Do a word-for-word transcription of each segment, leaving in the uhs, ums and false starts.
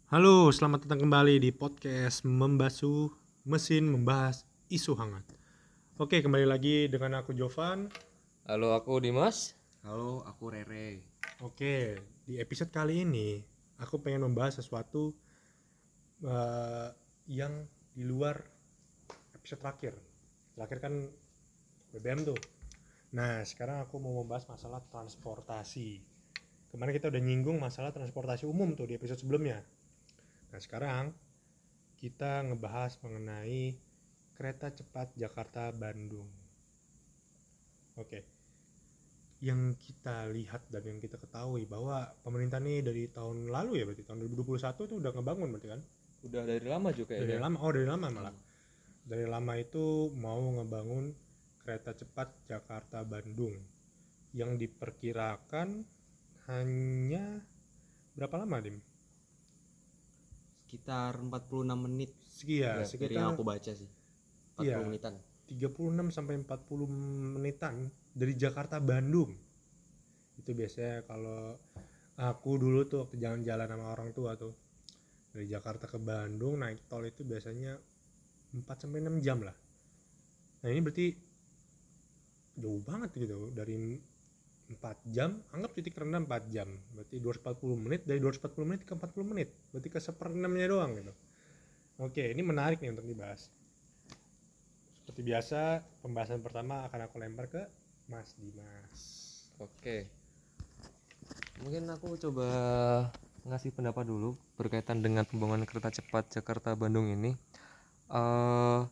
Halo, selamat datang kembali di podcast Membasuh Mesin Membahas Isu Hangat. Oke, kembali lagi dengan aku Jovan. Halo, aku Dimas. Halo, aku Rere. Oke, di episode kali ini aku pengen membahas sesuatu uh, yang di luar episode terakhir. Terakhir kan B B M tuh. Nah, sekarang aku mau membahas masalah transportasi. Kemarin kita udah nyinggung masalah transportasi umum tuh di episode sebelumnya. Nah, sekarang kita ngebahas mengenai kereta cepat Jakarta-Bandung. Oke, yang kita lihat dan yang kita ketahui bahwa pemerintah nih dari tahun lalu ya berarti tahun dua ribu dua puluh satu itu udah ngebangun berarti kan? Udah dari lama juga ya. Dari Dia? lama, oh dari lama malah. Dari lama itu mau ngebangun kereta cepat Jakarta-Bandung yang diperkirakan hanya berapa lama, Dim? Sekitar empat puluh enam menit Sekian, ya, dari yang aku baca sih. empat puluh iya, menitan. tiga puluh enam sampai empat puluh menitan dari Jakarta Bandung. Itu biasanya kalau aku dulu tuh waktu jalan-jalan sama orang tua tuh dari Jakarta ke Bandung naik tol itu biasanya empat sampai enam jam lah. Nah, ini berarti jauh banget gitu dari empat jam, anggap titik rendah empat jam. Berarti dua ratus empat puluh menit, dari dua ratus empat puluh menit ke empat puluh menit. Berarti ke seperenamnya doang gitu. Oke, ini menarik nih untuk dibahas. Seperti biasa, pembahasan pertama akan aku lempar ke Mas Dimas. Oke. Mungkin aku coba ngasih pendapat dulu berkaitan dengan pembangunan kereta cepat Jakarta-Bandung ini. Uh,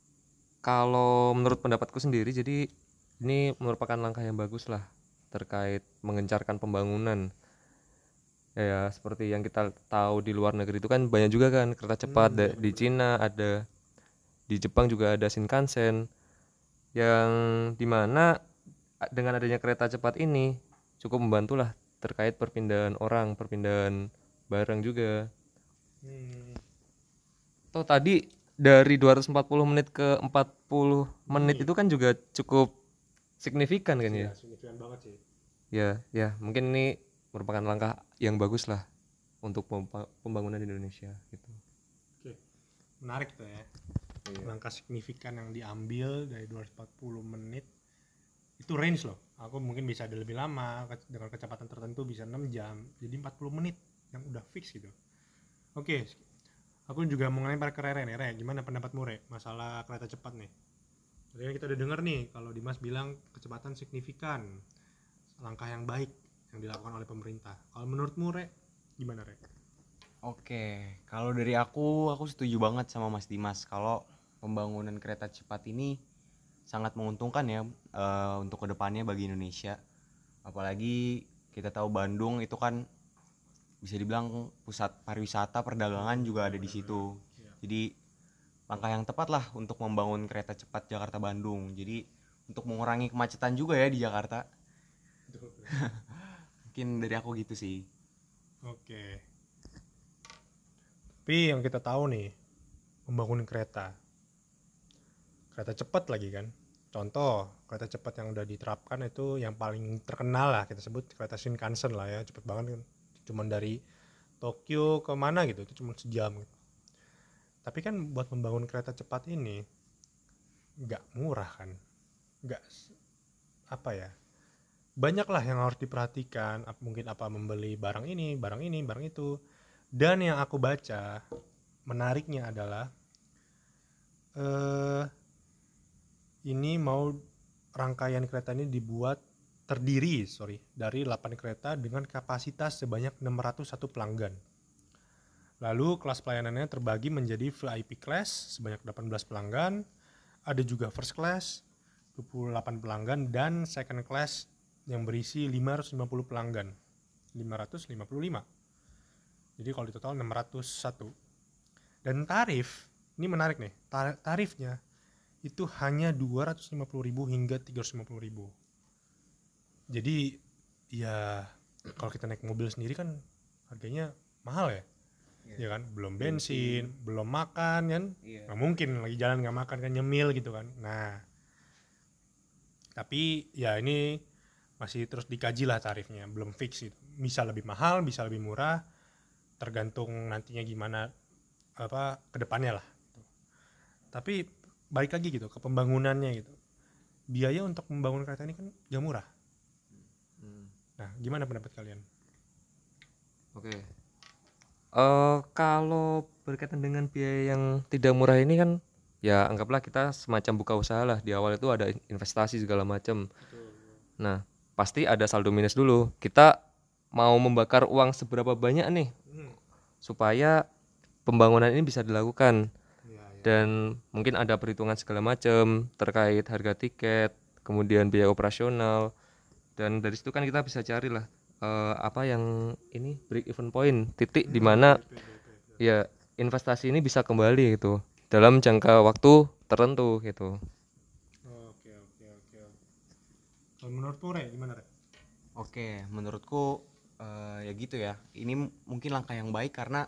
kalau menurut pendapatku sendiri, jadi ini merupakan langkah yang bagus lah terkait mengencarkan pembangunan. Ya, ya, seperti yang kita tahu di luar negeri itu kan banyak juga kan kereta cepat. Hmm, Di Cina ada, di Jepang juga ada Shinkansen, yang dimana dengan adanya kereta cepat ini cukup membantulah terkait perpindahan orang, perpindahan barang juga. Hmm. Toh tadi dari dua ratus empat puluh menit ke empat puluh menit Ini itu kan juga cukup signifikan kan ya? ya, signifikan banget sih. Ya, ya, mungkin ini merupakan langkah yang bagus lah untuk pembangunan di Indonesia gitu. Oke, menarik tuh ya. Iya. Langkah signifikan yang diambil dari dua ratus empat puluh menit itu range loh. Aku mungkin bisa ada lebih lama dengan kecepatan tertentu bisa enam jam. Jadi empat puluh menit yang udah fix gitu. Oke, aku juga mau ngelempar ke Rere nih. Rere, gimana pendapatmu Re masalah kereta cepat nih? Tadi kita udah denger nih kalau Dimas bilang kecepatan signifikan, langkah yang baik yang dilakukan oleh pemerintah. Kalau menurutmu Re, gimana Re? Oke, kalau dari aku, aku setuju banget sama Mas Dimas kalau pembangunan kereta cepat ini sangat menguntungkan ya uh, untuk kedepannya bagi Indonesia. Apalagi kita tahu Bandung itu kan bisa dibilang pusat pariwisata, perdagangan juga ada di situ. Jadi langkah yang tepat lah untuk membangun kereta cepat Jakarta-Bandung. Jadi untuk mengurangi kemacetan juga ya di Jakarta. Mungkin dari aku gitu sih. Oke. Tapi yang kita tahu nih, membangun kereta. Kereta cepat lagi kan. Contoh, kereta cepat yang udah diterapkan itu yang paling terkenal lah kita sebut kereta Shinkansen lah ya, cepet banget kan. Cuman dari Tokyo ke mana gitu, itu cuma sejam gitu. Tapi kan buat membangun kereta cepat ini nggak murah kan, nggak apa ya, banyak lah yang harus diperhatikan. Mungkin apa membeli barang ini, barang ini, barang itu. Dan yang aku baca menariknya adalah eh, ini mau rangkaian kereta ini dibuat terdiri sorry dari delapan kereta dengan kapasitas sebanyak enam ratus satu pelanggan. Lalu kelas pelayanannya terbagi menjadi V I P class sebanyak delapan belas pelanggan, ada juga first class dua puluh delapan pelanggan, dan second class yang berisi lima ratus lima puluh pelanggan, lima ratus lima puluh lima. Jadi kalau di total enam ratus satu. Dan tarif, ini menarik nih, tarifnya itu hanya dua ratus lima puluh ribu hingga tiga ratus lima puluh ribu. Jadi ya kalau kita naik mobil sendiri kan harganya mahal ya. Ya, ya kan, belum bensin, bensin, belum makan kan, yeah. Nggak mungkin lagi jalan nggak makan kan, nyemil gitu kan. Nah, tapi ya ini masih terus dikaji lah tarifnya, belum fix itu. Bisa lebih mahal, bisa lebih murah, tergantung nantinya gimana apa kedepannya lah. Tapi balik lagi gitu ke pembangunannya gitu. Biaya untuk membangun kereta ini kan gak murah. Hmm. Nah, gimana pendapat kalian? Oke. Eh kalau berkaitan dengan biaya yang tidak murah ini kan, ya anggaplah kita semacam buka usaha lah. Di awal itu ada investasi segala macam. Nah, pasti ada saldo minus dulu. Kita mau membakar uang seberapa banyak nih Hmm. supaya pembangunan ini bisa dilakukan. Ya, ya. Dan mungkin ada perhitungan segala macam terkait harga tiket, kemudian biaya operasional, dan dari situ kan kita bisa cari lah eh, apa yang ini break even point, titik di mana ya investasi ini bisa kembali gitu dalam jangka waktu tertentu gitu. Oke, oke, oke. Kalau menurutmu Re, gimana Re? Oke, menurutku eh, ya gitu ya. Ini m- mungkin langkah yang baik karena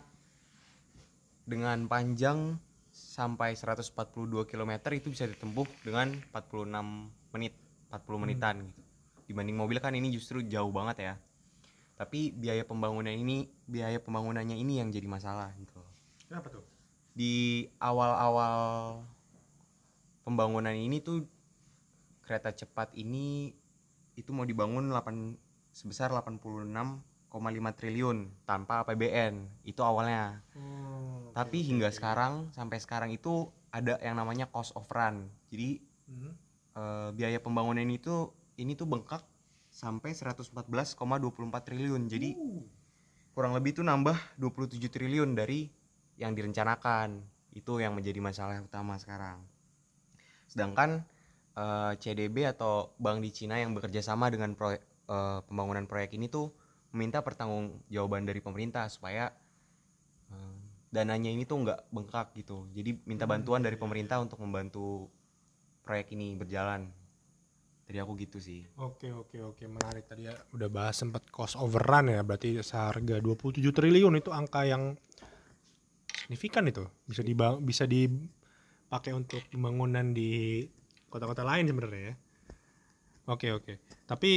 dengan panjang sampai seratus empat puluh dua kilometer itu bisa ditempuh dengan empat puluh enam menit, empat puluh menitan gitu. Dibanding mobil kan ini justru jauh banget ya. Tapi biaya pembangunan ini, biaya pembangunannya ini yang jadi masalah gitu. Kenapa tuh? Di awal-awal pembangunan ini tuh kereta cepat ini itu mau dibangun delapan sebesar delapan puluh enam koma lima triliun tanpa A P B N itu awalnya. Oh, Tapi hingga sekarang sampai sekarang itu ada yang namanya cost of run. Jadi Hmm. eh, biaya pembangunan itu ini tuh bengkak sampai seratus empat belas koma dua puluh empat triliun. Jadi kurang lebih tuh nambah dua puluh tujuh triliun dari yang direncanakan. Itu yang menjadi masalah utama sekarang. Sedangkan eh, C D B atau bank di Cina yang bekerja sama dengan proyek, eh, pembangunan proyek ini tuh meminta pertanggungjawaban dari pemerintah supaya eh, dananya ini tuh nggak bengkak gitu. Jadi minta bantuan dari pemerintah untuk membantu proyek ini berjalan. Dari aku gitu sih. Oke, oke, oke, menarik. Tadi ya udah bahas sempat cost overrun ya, berarti seharga dua puluh tujuh triliun itu angka yang signifikan itu. Bisa dibang, bisa dipakai untuk pembangunan di kota-kota lain sebenarnya ya. Oke, oke. Tapi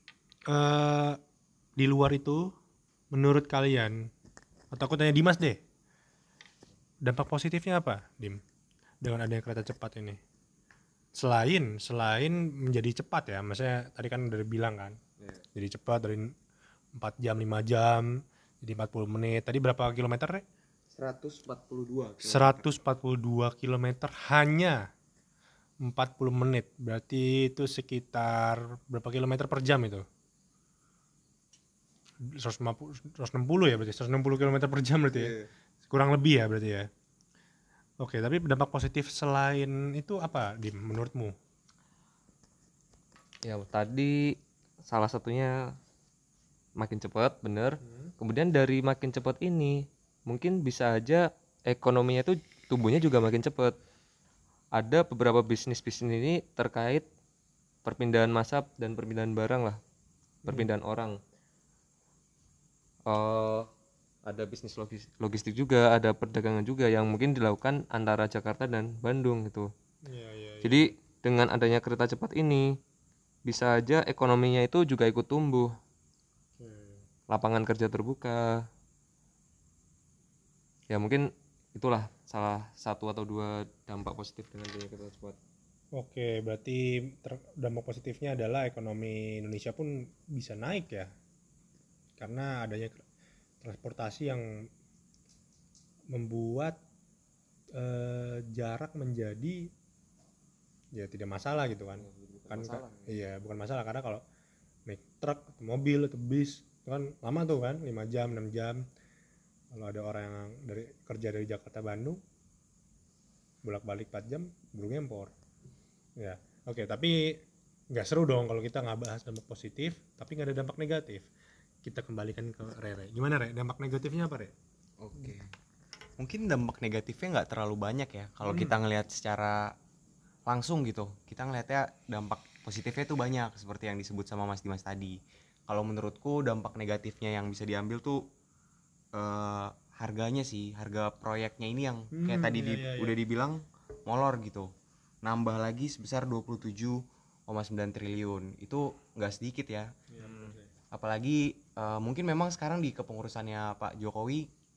eh di luar itu menurut kalian, atau aku tanya Dimas deh, dampak positifnya apa, Dim? Dengan adanya kereta cepat ini? Selain selain menjadi cepat ya, maksudnya tadi kan udah bilang kan, jadi cepat dari empat jam lima jam jadi empat puluh menit. Tadi berapa kilometer Re? seratus empat puluh dua seratus empat puluh dua kilometer hanya empat puluh menit. Berarti itu sekitar berapa kilometer per jam itu? seratus lima puluh, seratus enam puluh ya berarti, seratus enam puluh kilometer per jam berarti ya. Kurang lebih ya berarti ya. Oke, tapi dampak positif selain itu apa, Dim, menurutmu? Ya tadi salah satunya makin cepat, bener. Kemudian dari makin cepat ini mungkin bisa aja ekonominya itu tumbuhnya juga makin cepat. Ada beberapa bisnis-bisnis ini terkait perpindahan massa dan perpindahan barang lah, perpindahan orang. Eh ada bisnis logis- logistik juga, ada perdagangan juga yang mungkin dilakukan antara Jakarta dan Bandung gitu. Iya, iya, iya. Jadi dengan adanya kereta cepat ini bisa aja ekonominya itu juga ikut tumbuh, Oke. lapangan kerja terbuka. Ya mungkin itulah salah satu atau dua dampak positif dengan adanya kereta cepat. Oke, berarti ter- dampak positifnya adalah ekonomi Indonesia pun bisa naik ya, karena adanya ke- transportasi yang membuat eh, jarak menjadi ya tidak masalah gitu kan. Kan ka- iya, bukan masalah karena kalau naik truk atau mobil atau bis itu kan lama tuh kan, lima jam, enam jam. Kalau ada orang yang dari kerja dari Jakarta Bandung bolak-balik empat jam, buru ngempor. Ya, oke, tapi nggak seru dong kalau kita nggak bahas dampak positif, tapi nggak ada dampak negatif. Kita kembalikan ke Rere. Gimana Re? Dampak negatifnya apa Re? Oke. Mungkin dampak negatifnya nggak terlalu banyak ya kalau kita ngelihat secara langsung gitu. Kita ngelihatnya dampak positifnya tuh banyak seperti yang disebut sama Mas Dimas tadi. Kalau menurutku dampak negatifnya yang bisa diambil tuh eh, harganya sih, harga proyeknya ini yang kayak Hmm, tadi iya, di- iya, iya. udah dibilang molor gitu. Nambah lagi sebesar dua puluh tujuh koma sembilan triliun. Itu nggak sedikit ya. Apalagi eh, mungkin memang sekarang di kepengurusannya Pak Jokowi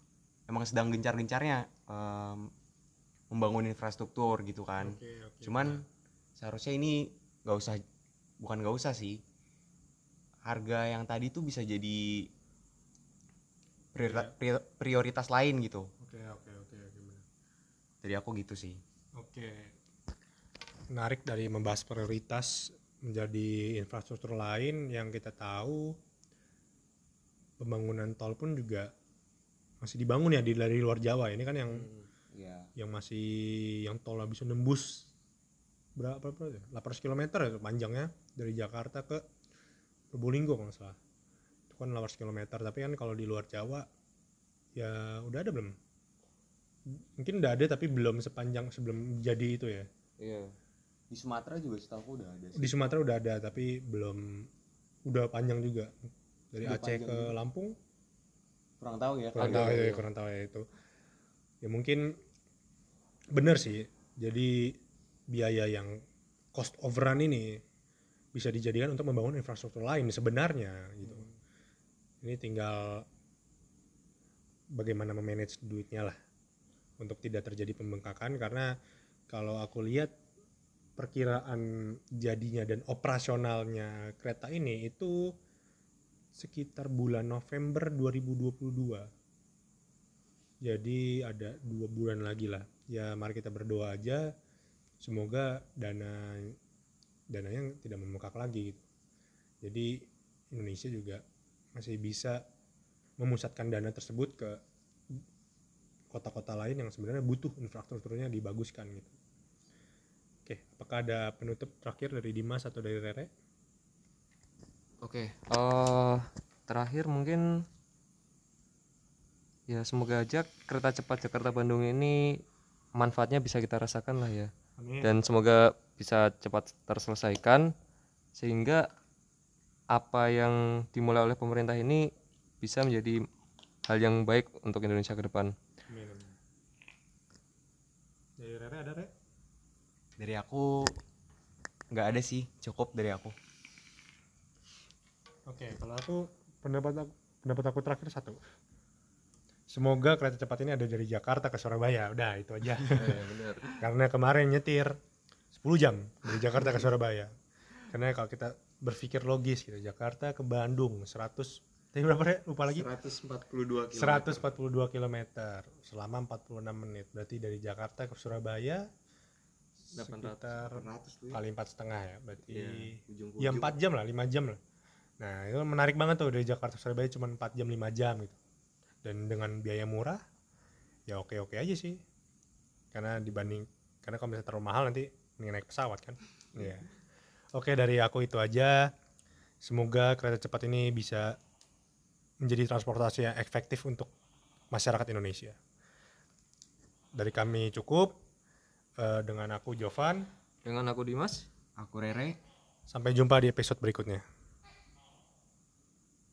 emang sedang gencar-gencarnya em, membangun infrastruktur gitu kan. Oke, oke. Cuman seharusnya ini nggak usah, bukan nggak usah sih, harga yang tadi tuh bisa jadi priori- prior- prioritas lain gitu. Oke, oke, oke, oke, benar. Dari aku gitu sih. Oke. Menarik dari membahas prioritas menjadi infrastruktur lain yang kita tahu pembangunan tol pun juga masih dibangun ya di dari luar Jawa. Ini kan yang Iya. yang masih yang tol bisa nembus berapa berapa ya? delapan ratus kilometer ya panjangnya dari Jakarta ke Probolinggo kalau nggak salah. Itu kan delapan ratus kilometer, tapi kan kalau di luar Jawa ya udah ada belum? Mungkin udah ada tapi belum sepanjang sebelum jadi itu ya. Iya. Di Sumatera juga setahu udah ada Di Sumatera udah ada tapi belum udah panjang juga. Dari Udah Aceh panjang ke juga. Lampung Kurang tahu ya. kurang Agak, tahu ya, iya. kurang tahu ya itu. Ya mungkin bener sih. Jadi biaya yang cost overrun ini bisa dijadikan untuk membangun infrastruktur lain sebenarnya gitu. Ini tinggal bagaimana memanage duitnya lah untuk tidak terjadi pembengkakan, karena kalau aku lihat perkiraan jadinya dan operasionalnya kereta ini itu sekitar bulan November dua ribu dua puluh dua. Jadi ada dua bulan lagi lah. Ya mari kita berdoa aja semoga dana dananya tidak membengkak lagi gitu. Jadi Indonesia juga masih bisa memusatkan dana tersebut ke kota-kota lain yang sebenarnya butuh infrastrukturnya dibaguskan gitu. Oke, apakah ada penutup terakhir dari Dimas atau dari Rere? Oke, eh terakhir mungkin ya semoga aja kereta cepat Jakarta Bandung ini manfaatnya bisa kita rasakan lah ya. Amin. Dan semoga bisa cepat terselesaikan sehingga apa yang dimulai oleh pemerintah ini bisa menjadi hal yang baik untuk Indonesia ke depan. Amin, amin. Dari Rere ada Rere? Dari aku nggak ada sih, cukup dari aku. Oke, kalau aku pendapat aku, pendapat aku terakhir satu. Semoga kereta cepat ini ada dari Jakarta ke Surabaya. Udah itu aja. Benar. Karena kemarin nyetir sepuluh jam dari Jakarta ke Surabaya. Karena kalau kita berpikir logis gitu, Jakarta ke Bandung seratus tadi berapa Rek? Lupa lagi. seratus empat puluh dua kilometer. seratus empat puluh dua kilometer selama empat puluh enam menit. Berarti dari Jakarta ke Surabaya delapan ratus, sekitar delapan ratus tuh ya. kali empat setengah ya. Berarti Iya, ujung-ujung. ya empat jam lah, lima jam lah. Nah itu menarik banget tuh dari Jakarta ke Surabaya cuma empat jam lima jam gitu. Dan dengan biaya murah ya oke-oke aja sih. Karena dibanding karena kalau misalnya terlalu mahal nanti mending naik pesawat kan. Iya. Oke, dari aku itu aja. Semoga kereta cepat ini bisa menjadi transportasi yang efektif untuk masyarakat Indonesia. Dari kami cukup. Eh, dengan aku Jovan. Dengan aku Dimas. Aku Rere. Sampai jumpa di episode berikutnya.